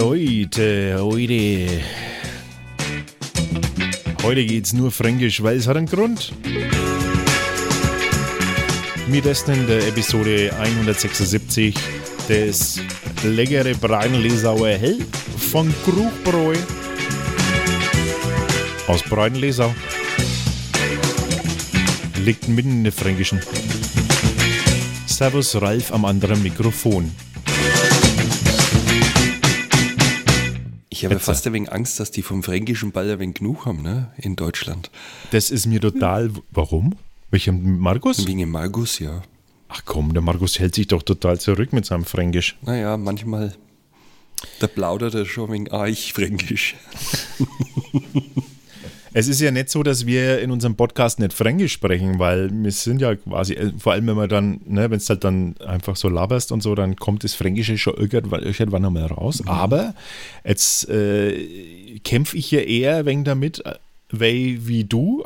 Leute, heute geht's nur Fränkisch, weil es hat einen Grund. Wir testen in der Episode 176 das leckere Breitenlesauer Hell von Kruchbräu aus Breitenlesau. Liegt mitten in der Fränkischen. Servus Ralf am anderen Mikrofon. Ich habe fast ein wenig Angst, dass die vom fränkischen Ball ein wenig genug haben, ne? In Deutschland. Das ist mir total... Warum? Welchem Markus? Wegen dem Markus, ja. Ach komm, der Markus hält sich doch total zurück mit seinem Fränkisch. Naja, manchmal, da plaudert er schon ein wenig fränkisch. Es ist ja nicht so, dass wir in unserem Podcast nicht Fränkisch sprechen, weil wir sind ja quasi, vor allem wenn man dann, ne, wenn es halt dann einfach so laberst und so, dann kommt das Fränkische schon irgendwann nochmal raus. Mhm. Aber jetzt kämpfe ich ja eher wegen damit, wie du.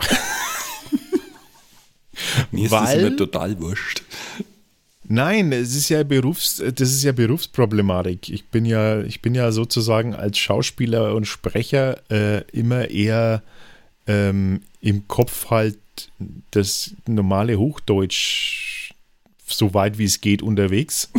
Mir ist das immer total wurscht. Nein, das ist ja Berufsproblematik. Ich bin ja sozusagen als Schauspieler und Sprecher immer eher im Kopf halt das normale Hochdeutsch so weit wie es geht unterwegs.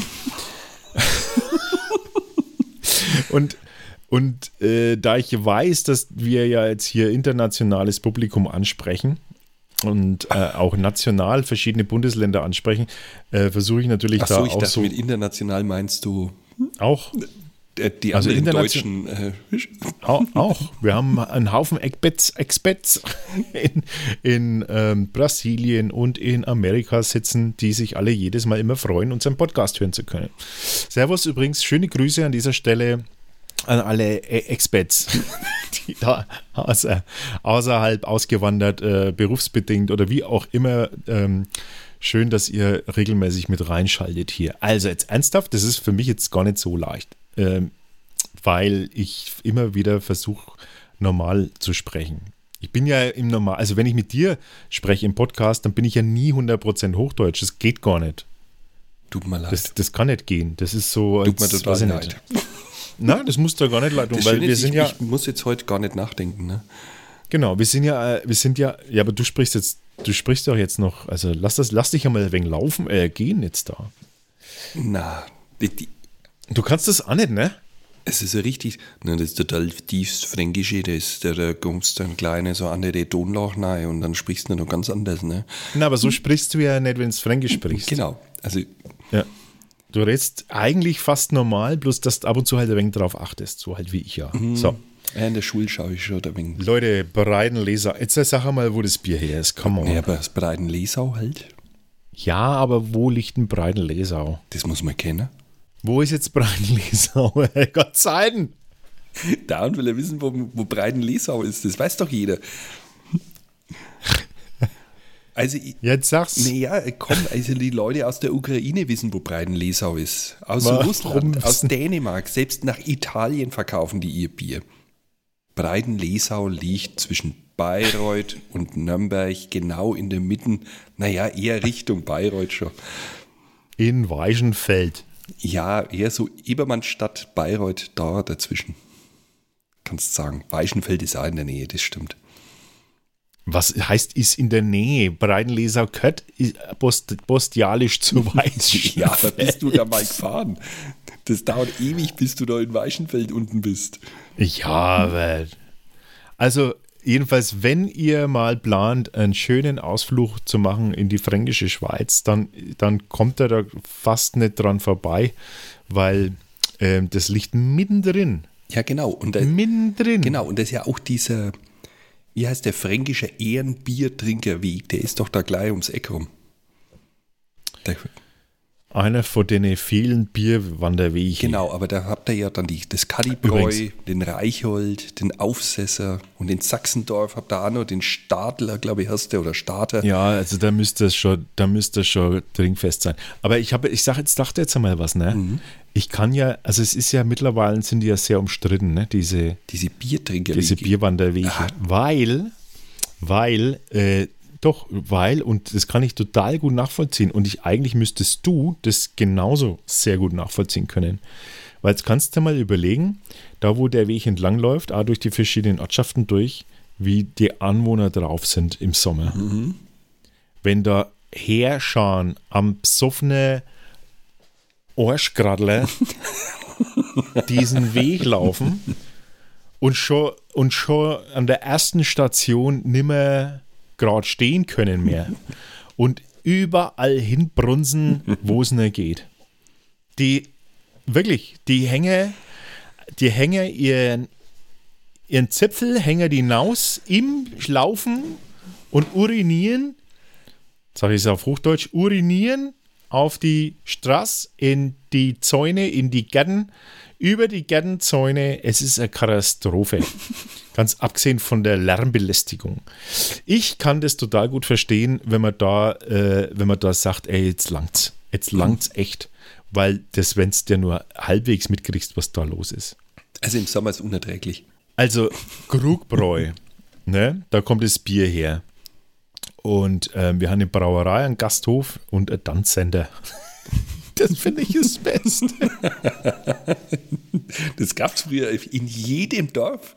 und da ich weiß, dass wir ja jetzt hier internationales Publikum ansprechen und auch national verschiedene Bundesländer ansprechen, versuche ich natürlich ich dachte, so mit international meinst du auch die also anderen Deutschen. Auch. Wir haben einen Haufen Expats in Brasilien und in Amerika sitzen, die sich alle jedes Mal immer freuen, unseren Podcast hören zu können. Servus übrigens, schöne Grüße an dieser Stelle an alle Expats, die da außerhalb ausgewandert, berufsbedingt oder wie auch immer. Schön, dass ihr regelmäßig mit reinschaltet hier. Also jetzt ernsthaft, das ist für mich jetzt gar nicht so leicht, weil ich immer wieder versuche, normal zu sprechen. Ich bin ja im Normal, also wenn ich mit dir spreche im Podcast, dann bin ich ja nie 100% Hochdeutsch. Das geht gar nicht. Tut mir leid. Das kann nicht gehen. Das ist so. Tut mir total leid. Nein, das muss da gar nicht leid tun, weil wir sind ja. Ich muss jetzt heute gar nicht nachdenken, ne? Genau, wir sind ja, aber du sprichst doch jetzt noch, also lass dich ja mal ein wenig laufen, gehen jetzt da. Na, du kannst das auch nicht, ne? Es ist ja richtig, ne, das ist total tiefst Fränkische, da kommst du dann kleine so an die Tonlauch rein und dann sprichst du noch ganz anders, ne? Na, aber so sprichst du ja nicht, wenn du Fränkisch sprichst. Genau, also. Ja. Du redest eigentlich fast normal, bloß dass du ab und zu halt ein wenig drauf achtest, so halt wie ich ja. So. Ja, in der Schule schaue ich schon ein wenig. Leute, Breitenlesau, jetzt sag mal, wo das Bier her ist, come on. Ja, aber das Breitenlesau halt. Ja, aber wo liegt denn Breitenlesau? Das muss man kennen. Wo ist jetzt Breitenlesau? Gott sei Dank. Da will er wissen, wo Breitenlesau ist. Das weiß doch jeder. Also, jetzt sag's. Naja, komm, also die Leute aus der Ukraine wissen, wo Breitenlesau ist. Aus Russland, aus Dänemark, selbst nach Italien verkaufen die ihr Bier. Breitenlesau liegt zwischen Bayreuth und Nürnberg, genau in der Mitte, naja, eher Richtung Bayreuth schon. In Weichenfeld. Ja, eher so Ebermannstadt, Bayreuth, da dazwischen. Kannst sagen, Weichenfeld ist auch in der Nähe, das stimmt. Was heißt, ist in der Nähe? Breitenlesau gehört postialisch zu Weichenfeld. Ja, aber bist du da mal gefahren? Das dauert ewig, bis du da in Weichenfeld unten bist. Ja, aber also jedenfalls, wenn ihr mal plant, einen schönen Ausflug zu machen in die fränkische Schweiz, dann kommt ihr da fast nicht dran vorbei, weil das liegt mittendrin. Ja, genau. Und mittendrin. Genau, und das ist ja auch dieser, wie heißt der, fränkische Ehrenbiertrinkerweg, der ist doch da gleich ums Eck rum. Einer von den vielen Bierwanderwegen. Genau, aber da habt ihr ja dann das Kadibräu, den Reichhold, den Aufsesser und in Sachsendorf habt ihr auch noch den Stadler, glaube ich, hast du, oder Starter. Ja, also da müsste es schon trinkfest sein. Aber ich dachte jetzt einmal was, ne? Mhm. Ich kann ja, also es ist ja mittlerweile, sind die ja sehr umstritten, ne? Diese Biertrinkerwege. Diese Bierwanderwege. Weil, und das kann ich total gut nachvollziehen, und eigentlich müsstest du das genauso sehr gut nachvollziehen können. Weil jetzt kannst du mal überlegen, da wo der Weg entlang läuft, auch durch die verschiedenen Ortschaften durch, wie die Anwohner drauf sind im Sommer. Mhm. Wenn da Herschauen am besoffene Arschgradler diesen Weg laufen und schon an der ersten Station nimmer gerade stehen können mehr und überall hinbrunsen, wo es nicht geht. Die hängen ihren Zipfel, hängen die hinaus im Laufen und urinieren, sage ich es auf Hochdeutsch, urinieren auf die Straße, in die Zäune, in die Gärten, über die Gärtenzäune. Es ist eine Katastrophe. Ganz abgesehen von der Lärmbelästigung. Ich kann das total gut verstehen, wenn man da sagt, ey, jetzt langt's. Jetzt langt's echt. Weil das, wenn du ja nur halbwegs mitkriegst, was da los ist. Also im Sommer ist es unerträglich. Also Krugbräu, ne? Da kommt das Bier her. Und wir haben eine Brauerei, einen Gasthof und einen Tanzsender. Das finde ich das Beste. Das gab es früher in jedem Dorf.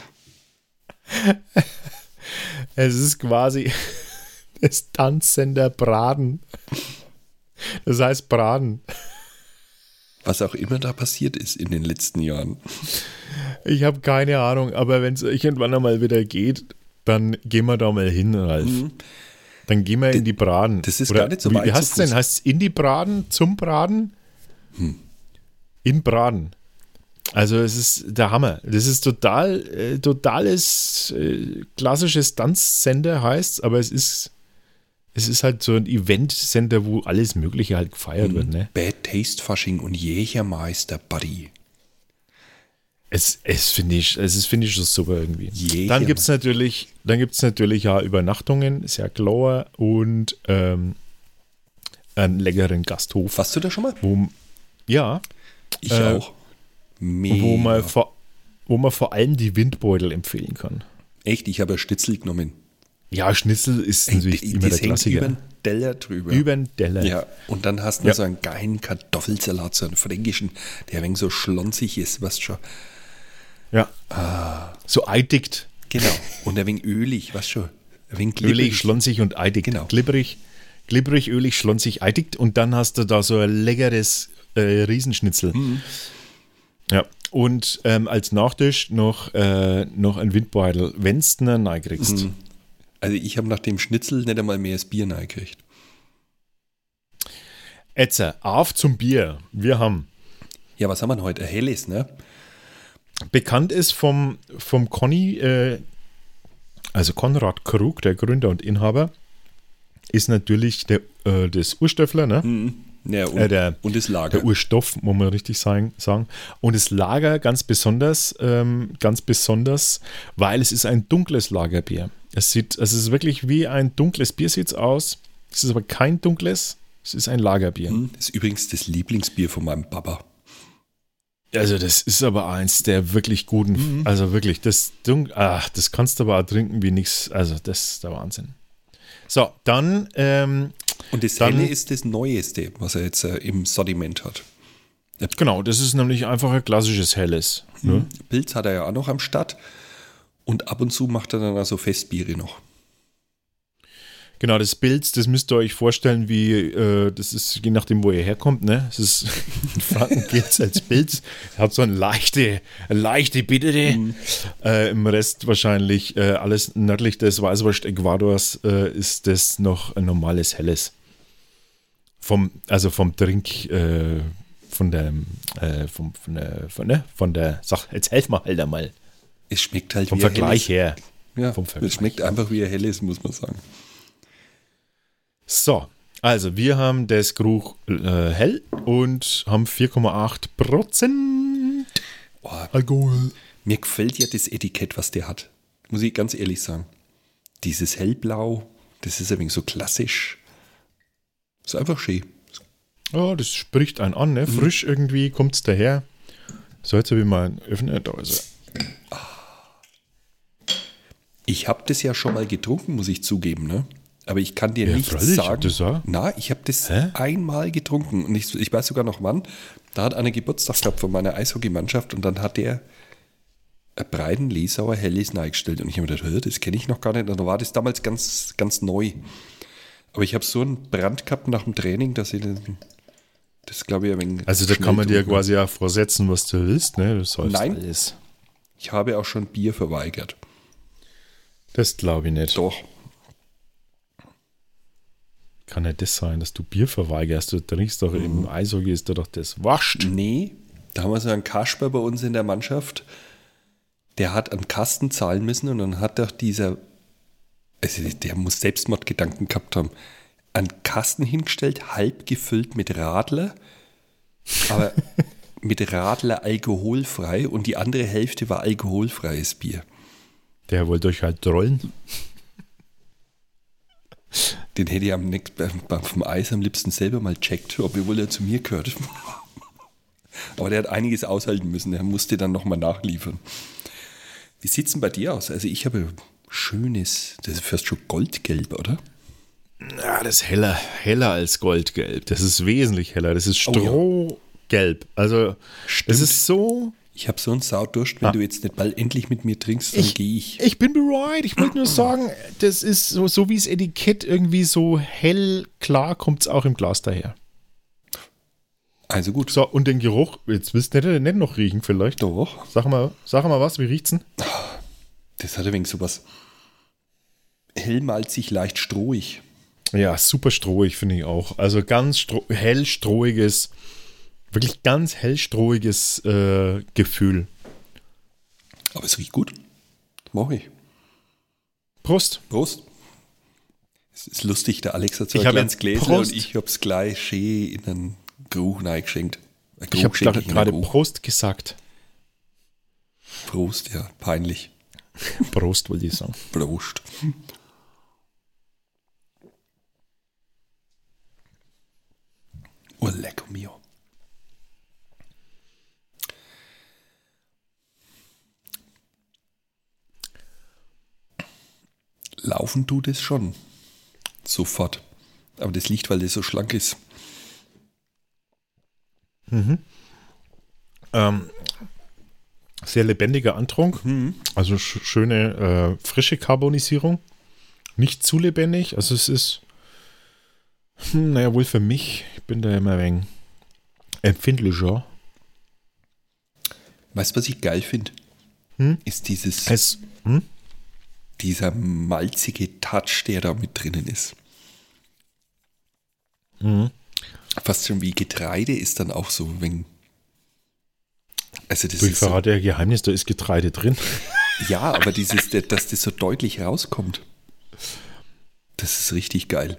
Es ist quasi das Tanzsender Braden. Das heißt Braden. Was auch immer da passiert ist in den letzten Jahren. Ich habe keine Ahnung, aber wenn es irgendwann einmal wieder geht, dann gehen wir da mal hin, Ralf. Mhm. Dann gehen wir in die Braden. Das ist gar nicht so weit. Wie heißt es denn? Heißt es in die Braden, zum Braden? In Braden. Also es ist der Hammer. Das ist totales klassisches Tanzsender heißt, aber es ist halt so ein Event-Sender, wo alles Mögliche halt gefeiert wird. Ne? Bad Taste Fasching und Jägermeister Buddy. Es finde ich schon super irgendwie. Jäger. Dann gibt es natürlich ja Übernachtungen, sehr klar und einen leckeren Gasthof. Warst du da schon mal? Ja. Ich auch. Mega. Wo man vor allem die Windbeutel empfehlen kann. Echt, ich habe ja Schnitzel genommen. Ja, Schnitzel ist natürlich immer der Klassiker. Über den Teller drüber. Über den Teller. Ja, und dann hast du noch so einen geilen Kartoffelsalat, so einen fränkischen, der ein wenig so schlonzig ist, weißt du schon. Ja. So eidickt. Genau. Und ein wenig ölig, weißt du schon. Ein wenig ölig, schlonzig und eidickt. Genau. Glibberig, ölig, schlonzig, eidickt. Und dann hast du da so ein leckeres Riesenschnitzel. Mhm. Ja. Und als Nachtisch noch ein Windbeutel, wenn du ihn reinkriegst. Mhm. Also ich habe nach dem Schnitzel nicht einmal mehr das Bier reingekriegt. Jetzt, auf zum Bier. Wir haben. Ja, was haben wir denn heute? Ein helles, ne? Bekannt ist vom Conny, also Konrad Krug, der Gründer und Inhaber, ist natürlich das Urstöffler, ne? Mhm. Ja, und das Lager. Der Urstoff, muss man richtig sagen. Und das Lager ganz besonders, weil es ist ein dunkles Lagerbier. Es ist wirklich wie ein dunkles Bier sieht es aus. Es ist aber kein dunkles, es ist ein Lagerbier. Das ist übrigens das Lieblingsbier von meinem Papa. Also das ist aber eins der wirklich guten, also wirklich, das kannst du aber auch trinken wie nichts, also das ist der Wahnsinn. So, dann und das Helle ist das Neueste, was er jetzt im Sortiment hat. Genau, das ist nämlich einfach ein klassisches Helles. Ne? Pilz hat er ja auch noch am Start und ab und zu macht er dann also Festbiere noch. Genau, das Pilz, das müsst ihr euch vorstellen, wie, das ist je nachdem, wo ihr herkommt, ne? Es ist in Franken gilt es als Pilz, hat so eine leichte Bittere. Im Rest wahrscheinlich alles nördlich des Weißwurst-Äquators ist das noch ein normales Helles. Vom Trink, von der, sag, jetzt helf mal halt einmal. Es schmeckt halt vom wie Vergleich her. Ja, es schmeckt einfach wie ein Helles, muss man sagen. So, also wir haben das Krug hell und haben 4,8% Alkohol. Mir gefällt ja das Etikett, was der hat. Muss ich ganz ehrlich sagen. Dieses Hellblau, das ist ein wenig so klassisch. Ist einfach schön. Ja, das spricht einen an, ne? Frisch irgendwie kommt es daher. So, jetzt habe ich mal einen Öffner da. Also. Ich habe das ja schon mal getrunken, muss ich zugeben, ne? Aber ich kann dir Ja, nicht freilich, sagen. das auch. Na, ich habe das Hä? einmal getrunken und ich weiß sogar noch wann. Da hat einer Geburtstag gehabt von meiner Eishockeymannschaft und dann hat der ein breiten Lesauer Helles reingestellt und ich habe mir gedacht, das kenne ich noch gar nicht. Und da war das damals ganz, ganz neu. Aber ich habe so einen Brand gehabt nach dem Training, dass ich das glaube ich ein wenig Also da schnell kann man dir trinken. quasi auch vorsetzen, was du willst, ne? Das heißt Nein. alles. Ich habe auch schon Bier verweigert. Das glaube ich nicht. Doch. Kann nicht das sein, dass du Bier verweigerst? Du trinkst doch im Eishockey, ist doch das wascht. Nee, da haben wir so einen Kasper bei uns in der Mannschaft, der hat einen Kasten zahlen müssen und dann hat doch also der muss Selbstmordgedanken gehabt haben, einen Kasten hingestellt, halb gefüllt mit Radler, aber mit Radler alkoholfrei und die andere Hälfte war alkoholfreies Bier. Der wollte euch halt trollen. Den hätte ich vom Eis am liebsten selber mal checkt, obwohl er zu mir gehört. Aber der hat einiges aushalten müssen, der musste dann nochmal nachliefern. Wie sieht es denn bei dir aus? Also ich habe schönes, das ist fast schon goldgelb, oder? Ja, das ist heller als Goldgelb. Das ist wesentlich heller. Das ist Strohgelb. Also, es ist so. Ich habe so einen Saudurst, wenn du jetzt nicht bald endlich mit mir trinkst, dann gehe ich. Ich bin bereit. Ich wollte nur sagen, das ist so wie das Etikett irgendwie so hell klar, kommt es auch im Glas daher. Also gut. So, und den Geruch, jetzt willst du nicht noch riechen vielleicht. Doch. Sag mal was, wie riecht's denn? Das hat ein wenig sowas hellmalzig, leicht strohig. Ja, super strohig finde ich auch. Also ganz hellstrohiges, wirklich ganz hellstrohiges Gefühl. Aber es riecht gut. Mache ich. Prost. Prost. Es ist lustig, der Alex hat so Ich ein habe kleines jetzt Gläschen Prost. und ich habe es gleich schön in einen Krug reingeschenkt. Ich habe gerade Prost gesagt. Prost, ja, peinlich. Prost, wollte ich sagen. Prost. Oh, lecker mio. Laufen tut es schon. Sofort. Aber das liegt, weil das so schlank ist. Sehr lebendiger Antrunk. Also schöne frische Karbonisierung. Nicht zu lebendig. Also es ist, naja, wohl für mich. Ich bin da immer ein wenig empfindlicher. Weißt du, was ich geil finde? Ist dieser malzige Touch, der da mit drinnen ist. Fast schon wie Getreide ist dann auch so ein wenig. Also das Ich ist so, verrate ja Geheimnis, da ist Getreide drin. ja, aber dass das so deutlich rauskommt, das ist richtig geil.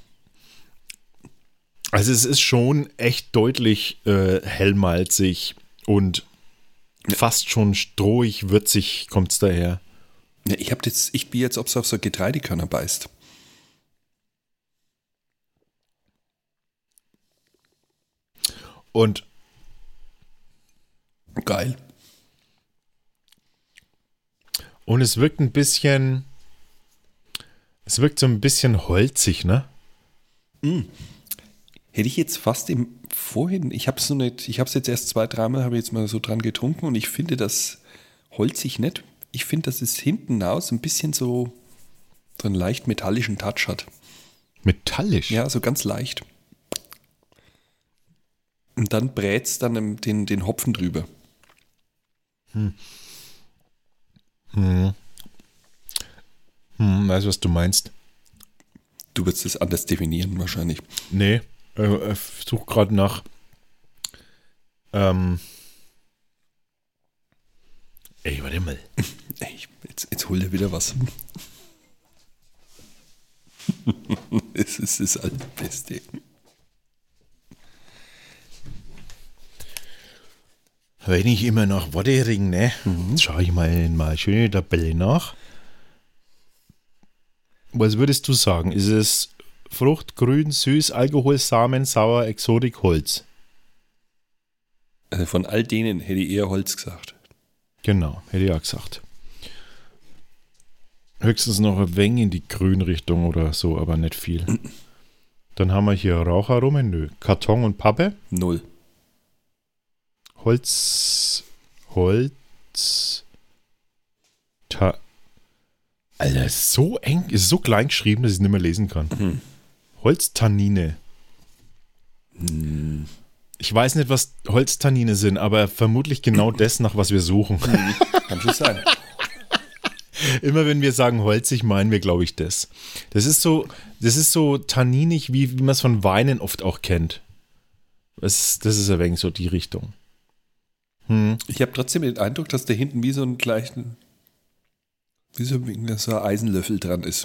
Also es ist schon echt deutlich hellmalzig und fast schon strohig, würzig kommt es daher. Ja, ich bin jetzt, ob es auf so Getreidekörner beißt. Und Geil. es wirkt so ein bisschen holzig, ne? Hätte ich jetzt fast vorhin, ich habe es jetzt erst 2-3 Mal, habe ich jetzt mal so dran getrunken und ich finde das holzig nicht. Ich finde, dass es hinten raus ein bisschen so einen leicht metallischen Touch hat. Metallisch? Ja, so ganz leicht. Und dann brät es dann den Hopfen drüber. Weiß, was du meinst. Du würdest es anders definieren wahrscheinlich. Nee, ich suche gerade nach ey, warte mal. Ey, jetzt hol dir wieder was. Es ist das Allerbeste. Wenn ich immer nach Worte ringe, ne? Jetzt schaue ich mal schöne Tabelle nach. Was würdest du sagen? Ist es Frucht, Grün, Süß, Alkohol, Samen, Sauer, Exotik, Holz? Also von all denen hätte ich eher Holz gesagt. Genau, hätte ich auch gesagt. höchstens noch ein wenig in die Grünrichtung oder so, aber nicht viel. Dann haben wir hier Raucharomen, nö. Karton und Pappe. 0. Holz. Alter, ist so eng, ist so klein geschrieben, dass ich es nicht mehr lesen kann. Holztannine. Ich weiß nicht, was Holztannine sind, aber vermutlich genau das, nach was wir suchen. Kann schon sein. Immer wenn wir sagen holzig, meinen wir, glaube ich, das. Das ist so tanninig, wie man es von Weinen oft auch kennt. Das ist ein wenig so die Richtung. Ich habe trotzdem den Eindruck, dass da hinten wie so ein Eisenlöffel dran ist.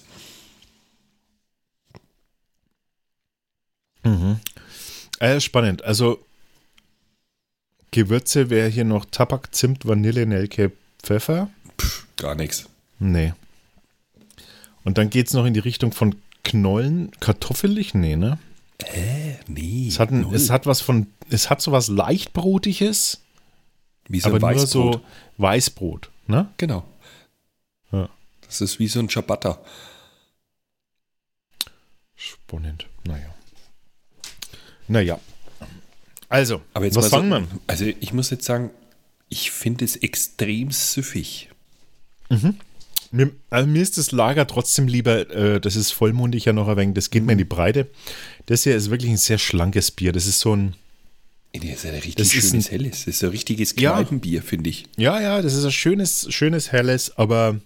Spannend. Also Gewürze wäre hier noch Tabak, Zimt, Vanille, Nelke, Pfeffer. Gar nichts. Nee. Und dann geht es noch in die Richtung von Knollen. Kartoffelig? Nee, ne? Nee. Es hat so was Leichtbrotiges. Wie so aber ein Weißbrot. Nur so Weißbrot, ne? Genau. Ja. Das ist wie so ein Ciabatta. Spannend. Naja. Also, aber jetzt was fangen wir? Also ich muss jetzt sagen, ich finde es extrem süffig. Mir ist das Lager trotzdem lieber, das ist vollmundig ja noch ein wenig, das geht mir in die Breite. Das hier ist wirklich ein sehr schlankes Bier. Das ist so ein... Das ist ein richtig schönes Helles. Das ist so ein richtiges Kneipenbier, finde ich. Ja, das ist ein schönes Helles, aber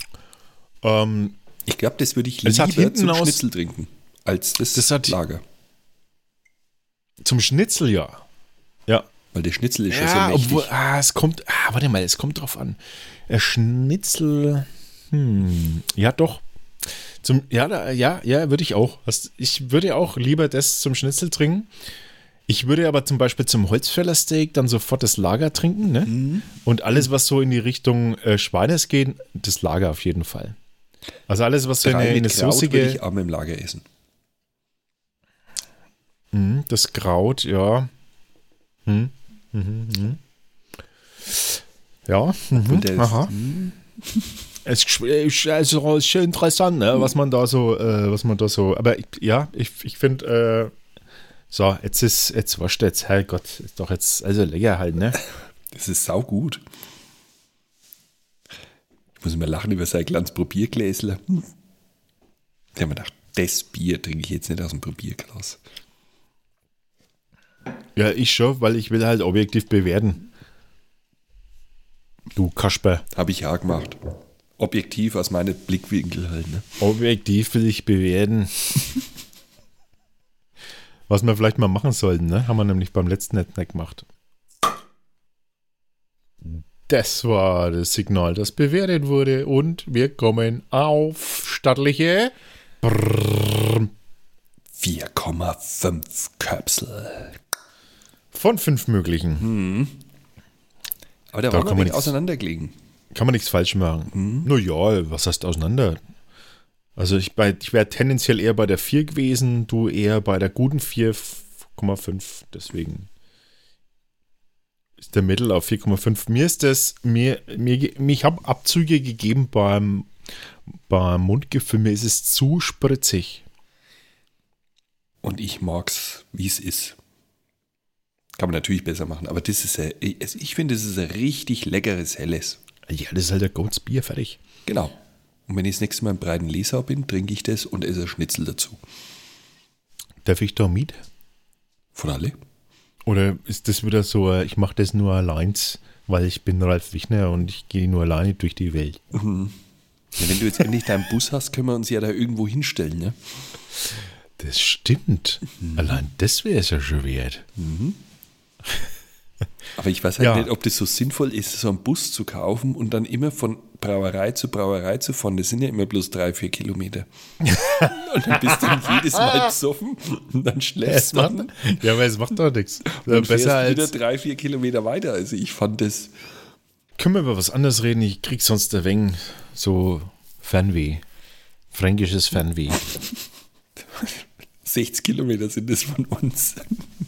ich glaube, das würde ich lieber zum Schnitzel trinken, als das Lager. Zum Schnitzel, ja. Ja. Weil der Schnitzel ist ja so mächtig. Es kommt drauf an. Schnitzel, ja doch. Würde ich auch. Ich würde auch lieber das zum Schnitzel trinken. Ich würde aber zum Beispiel zum Holzfällersteak dann sofort das Lager trinken, ne? Und alles, was so in die Richtung Schweines geht, das Lager auf jeden Fall. Also alles, was so in eine soßige... würde ich auch mit dem Lager essen. Das Kraut, ja. Ja, aha. Es ist also schön interessant, ne? was man da so, aber ich finde, so, jetzt wurscht jetzt, Herrgott, ist doch jetzt, also lecker halt, ne? Das ist saugut. Ich muss immer lachen über sein kleines Probiergläsle. Ich habe mir gedacht, das Bier trinke ich jetzt nicht aus dem Probierglas. Ja, ich schon, weil ich will halt objektiv bewerten. Du Kasper. Habe ich ja gemacht. Objektiv aus meinem Blickwinkel halt, ne? Objektiv will ich bewerten. Was wir vielleicht mal machen sollten, ne? Haben wir nämlich beim letzten nicht gemacht. Das war das Signal, das bewertet wurde. Und wir kommen auf stattliche 4,5 Köpsel. Von 5 möglichen. Aber da war man nicht auseinandergelegen. Kann man nichts falsch machen. Naja, was heißt auseinander? Also ich wäre tendenziell eher bei der 4 gewesen, du eher bei der guten 4,5. Deswegen ist der Mittel auf 4,5. Mir ist das, ich habe Abzüge gegeben beim Mundgefühl, mir ist es zu spritzig. Und ich mag's, wie es ist. Kann man natürlich besser machen, aber das ist ich finde, das ist ein richtig leckeres Helles. Ja, das ist halt ein gutes Bier, fertig. Genau. Und wenn ich das nächste Mal im breiten Lesau bin, trinke ich das und esse Schnitzel dazu. Darf ich da mit? Von alle? Oder ist das wieder so, ich mache das nur allein, weil ich bin Ralf Wichner und ich gehe nur alleine durch die Welt? Ja, wenn du jetzt endlich deinen Bus hast, können wir uns ja da irgendwo hinstellen, ne? Das stimmt. Allein das wäre es ja schon wert. Aber ich weiß halt nicht, ob das so sinnvoll ist, so einen Bus zu kaufen und dann immer von Brauerei zu fahren. Das sind ja immer bloß 3-4 Kilometer. Und dann bist du dann jedes Mal besoffen und dann schläfst man. Ja, aber es macht doch nichts. Dann besser als wieder 3-4 Kilometer weiter. Also ich fand das... Können wir über was anderes reden? Ich krieg sonst ein wenig so Fernweh. Fränkisches Fernweh. 60 Kilometer sind das von uns.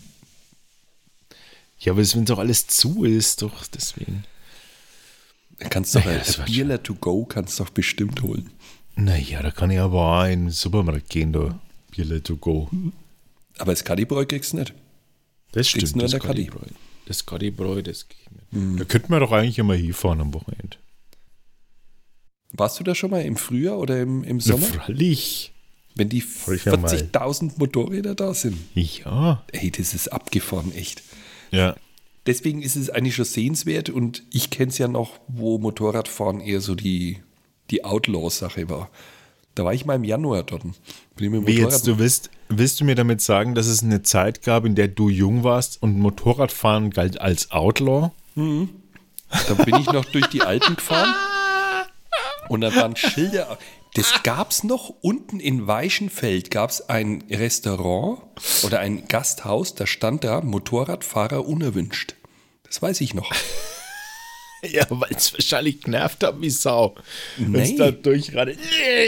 Ja, aber wenn doch alles zu ist, doch deswegen. Kannst doch ein Bierler to go kannst doch bestimmt holen. Naja, da kann ich aber auch in den Supermarkt gehen, da. Bierle to go. Aber das Kadibräu kriegst du nicht. Das Kriegst stimmt, nur in das der Kadi. Kadibräu. Das Kadibräu, das geht nicht. Da könnten wir doch eigentlich immer hinfahren am Wochenende. Warst du da schon mal im Frühjahr oder im Na, Sommer? freilich. Wenn die ja mal. 40.000 Motorräder da sind. Ja. Ey, das ist abgefahren, echt. Ja. Deswegen ist es eigentlich schon sehenswert und ich kenne es ja noch, wo Motorradfahren eher so die Outlaw-Sache war. Da war ich mal im Januar dort. Bin ich mit dem Wie Motorrad- jetzt, willst du mir damit sagen, dass es eine Zeit gab, in der du jung warst und Motorradfahren galt als Outlaw? Da bin ich noch durch die Alpen gefahren und da waren Schilder. Das gab es noch unten in Weichenfeld, gab es ein Restaurant oder ein Gasthaus, da stand da Motorradfahrer unerwünscht. Das weiß ich noch. Ja, weil es wahrscheinlich genervt hat wie Sau. Nee. Wenn's da durchradet.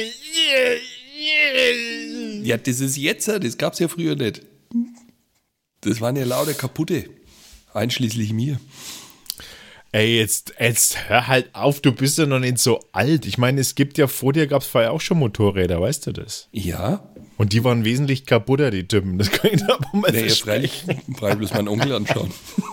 Ja, das ist jetzt, das gab es ja früher nicht. Das waren ja lauter kaputte, einschließlich mir. Ey, jetzt hör halt auf, du bist ja noch nicht so alt. Ich meine, es gibt ja, vor dir gab es vorher auch schon Motorräder, weißt du das? Ja, Und die waren wesentlich kaputter, die Typen. Das kann ich da aber mal naja, versprechen. freilich bloß meinen Onkel anschauen.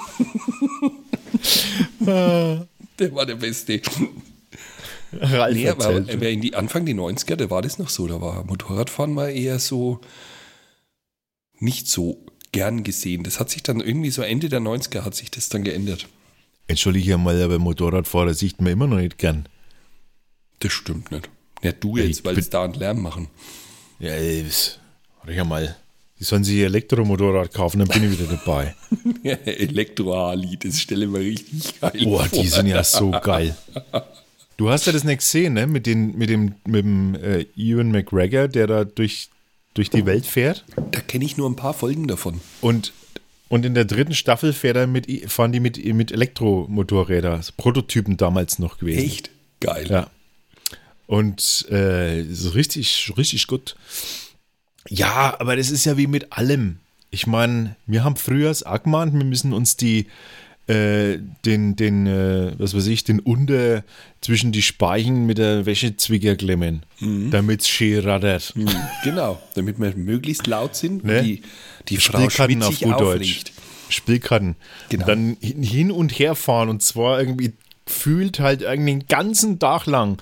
Der war der Beste. Ralf Nee, aber erzählt. in die Anfang der 90er, da war das noch so. Da war Motorradfahren mal eher so nicht so gern gesehen. Das hat sich dann irgendwie so Ende der 90er hat sich das dann geändert. Entschuldige mal, aber Motorradfahrer sieht man immer noch nicht gern. Das stimmt nicht. Ja, du jetzt, weil es da einen Lärm machen. Ja, ja mal. Die sollen sich ein Elektromotorrad kaufen, dann bin ich wieder dabei. Elektro-Ali, das stelle mir richtig geil Boah, vor. die sind ja so geil. Du hast ja das nicht gesehen, ne? Mit dem Ewan McGregor, der da durch die Welt fährt. Da kenne ich nur ein paar Folgen davon. Und in der dritten Staffel fahren die mit Elektromotorrädern. Prototypen damals noch gewesen. Echt geil. Ja. Und so richtig, richtig gut. Ja, aber das ist ja wie mit allem. Ich meine, wir haben früher es auch gemacht, wir müssen uns den Unter zwischen die Speichen mit der Wäschezwicker klemmen, damit es schön rattert. Genau, damit wir möglichst laut sind Ne? und die Frau Spielkarten auf schwitzig gut Deutsch. aufregt. Spielkarten. Genau. Und dann hin und her fahren und zwar irgendwie gefühlt halt irgendwie den ganzen Tag lang.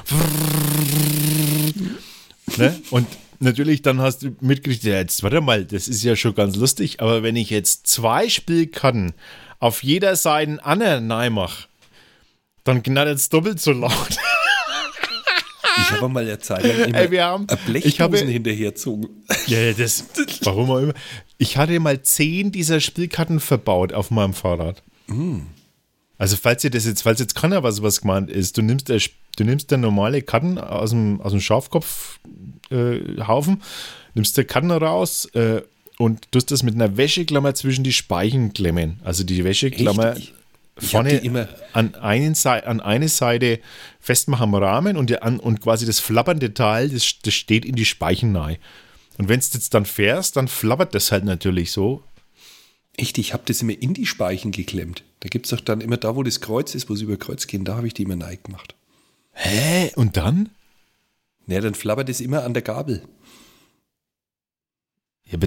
Ne? Und natürlich dann hast du mitgekriegt, ja, jetzt warte mal, das ist ja schon ganz lustig, aber wenn ich jetzt 2 Spielkarten auf jeder Seite einen Nein mache, dann knallt es doppelt so laut. Ich habe mal eine Zeit lang immer Ey, wir haben- Blechdosen hinterherzogen. Ja, warum auch immer. Ich hatte mal 10 dieser Spielkarten verbaut auf meinem Fahrrad. Also falls jetzt keiner was gemeint ist, du nimmst da normale Karten aus dem Schafkopfhaufen, nimmst da Karten raus und tust das mit einer Wäscheklammer zwischen die Speichen klemmen. Also die Wäscheklammer Ich vorne hab die immer- an eine Seite festmachen am Rahmen und quasi das flappernde Teil, das steht in die Speichen rein. Und wenn du jetzt dann fährst, dann flappert das halt natürlich so. Echt, ich habe das immer in die Speichen geklemmt. Da gibt es doch dann immer da, wo das Kreuz ist, wo sie über Kreuz gehen, da habe ich die immer neig gemacht. Hä? Und dann? Ja, dann flappert es immer an der Gabel. Ja,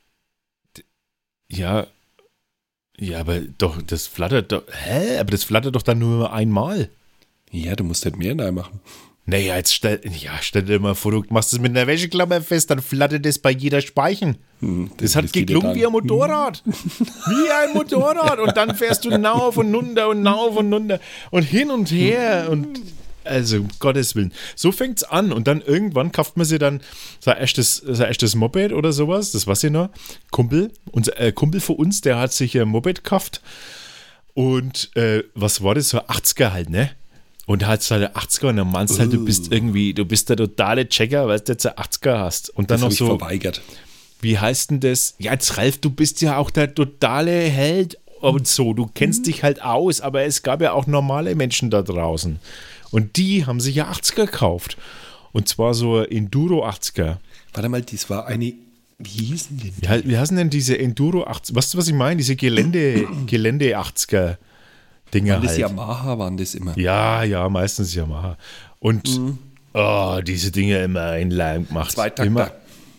aber doch, das flattert doch. Hä? Aber das flattert doch dann nur einmal. Ja, du musst halt mehr rein machen. Naja, jetzt stell dir mal vor, du machst es mit einer Wäscheklammer fest, dann flattert das bei jeder Speichen. Das hat geht ja geklungen dann. wie ein Motorrad. Wie ein Motorrad. Und dann fährst du nauf und runter und nauf und runter und hin und her und also, um Gottes Willen. So fängt's an und dann irgendwann kauft man sich dann sein erstes Moped oder sowas, das weiß ich noch. Unser Kumpel von uns, der hat sich ein Moped gekauft und was war das, so 80er halt, ne? Und halt so eine 80er und dann meinst halt, du bist der totale Checker, weil du jetzt eine 80er hast. Und dann Das habe noch ich so, verweigert. wie heißt denn das? Ja, jetzt Ralf, du bist ja auch der totale Held und so. Du kennst dich halt aus, aber es gab ja auch normale Menschen da draußen. Und die haben sich ja 80er gekauft. Und zwar so Enduro 80er. Warte mal, das war eine, wie hießen denn die? Wie heißen denn diese Enduro 80er? Weißt du, was ich meine? Diese Gelände 80er Dinger Das halt. Yamaha waren das immer. Ja, meistens Yamaha. Und Oh, diese Dinge immer ein Lärm gemacht. Zweitakter. Immer.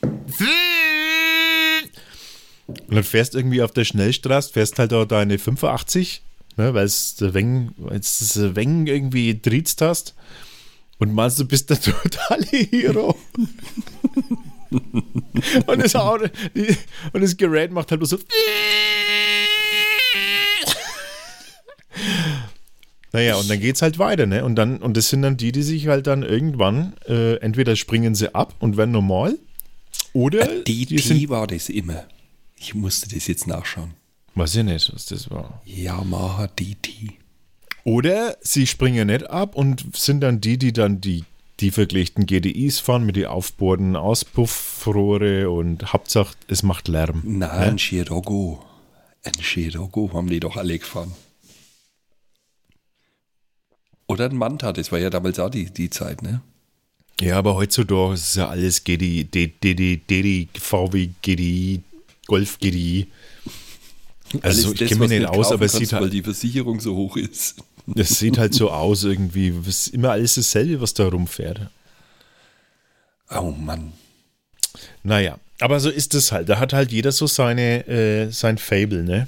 Und dann fährst irgendwie auf der Schnellstraße, fährst halt auch deine 85, ne, weil es wenn irgendwie triezt hast und meinst, du bist der totale Hero. Und das Gerät macht halt nur so. Naja, und dann geht's halt weiter, ne? Und das sind dann die sich halt dann irgendwann, entweder springen sie ab und werden normal, oder DT war das immer. Ich musste das jetzt nachschauen. Weiß ich nicht, was das war. Yamaha DT. Oder sie springen nicht ab und sind dann die dann die verlegten GDIs fahren mit den aufbohrenden Auspuffrohre und Hauptsache es macht Lärm. Nein, ne? ein Scirocco haben die doch alle gefahren. Oder ein Manta, das war ja damals auch die Zeit, ne? Ja, aber heutzutage ist ja alles DD, VW GDI, Golf GDI. Also ich kenne mich nicht aus, aber es sieht halt, weil die Versicherung so hoch ist. Das sieht halt so aus irgendwie. Es ist immer alles dasselbe, was da rumfährt. Oh Mann. Naja, aber so ist es halt. Da hat halt jeder so sein Fable, ne?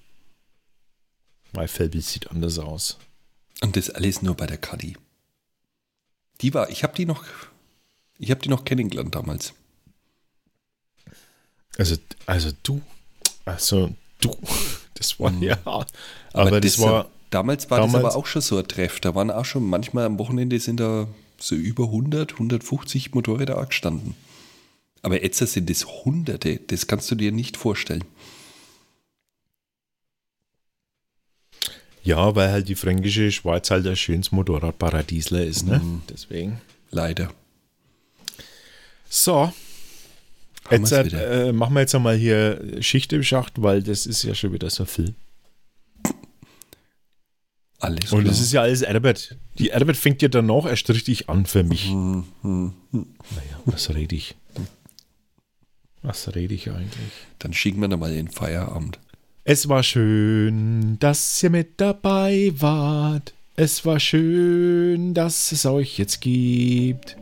Mein Fable sieht anders aus. Und das alles nur bei der Caddy. Ich habe die noch kennengelernt damals. Also du, das war ja, aber das war... Damals war das aber auch schon so ein Treff. Da waren auch schon manchmal am Wochenende sind da so über 100, 150 Motorräder auch gestanden. Aber jetzt sind das Hunderte, das kannst du dir nicht vorstellen. Ja, weil halt die fränkische Schweiz halt ein schönes Motorradparadiesler ist, ne? Deswegen. Leider. So. Jetzt machen wir jetzt einmal hier Schicht im Schacht, weil das ist ja schon wieder so viel. Alles klar. Und das ist ja alles Herbert. Die Herbert fängt ja danach erst richtig an für mich. Naja, was rede ich? Was rede ich eigentlich? Dann schicken wir nochmal den Feierabend. Es war schön, dass ihr mit dabei wart. Es war schön, dass es euch jetzt gibt.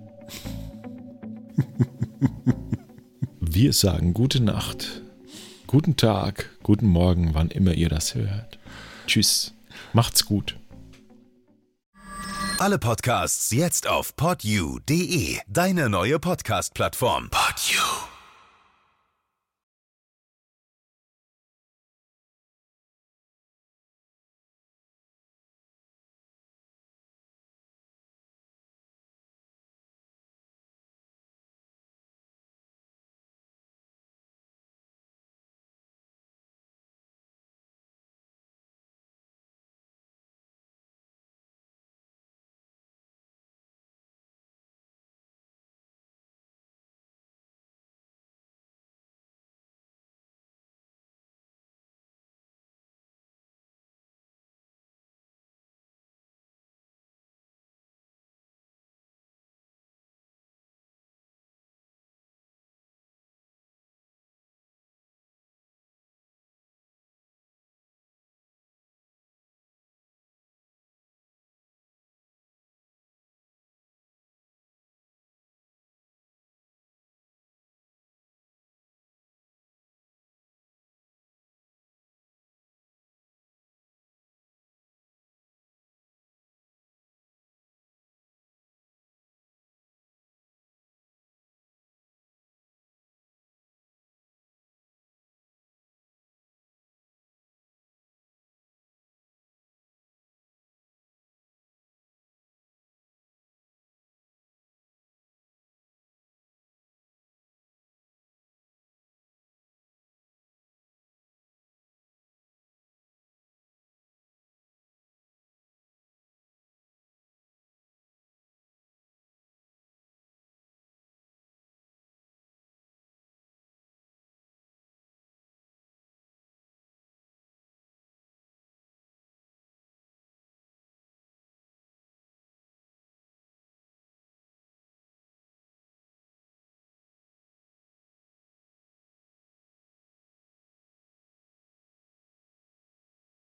Wir sagen gute Nacht, guten Tag, guten Morgen, wann immer ihr das hört. Tschüss, macht's gut. Alle Podcasts jetzt auf podyou.de, deine neue Podcast-Plattform. Podyou.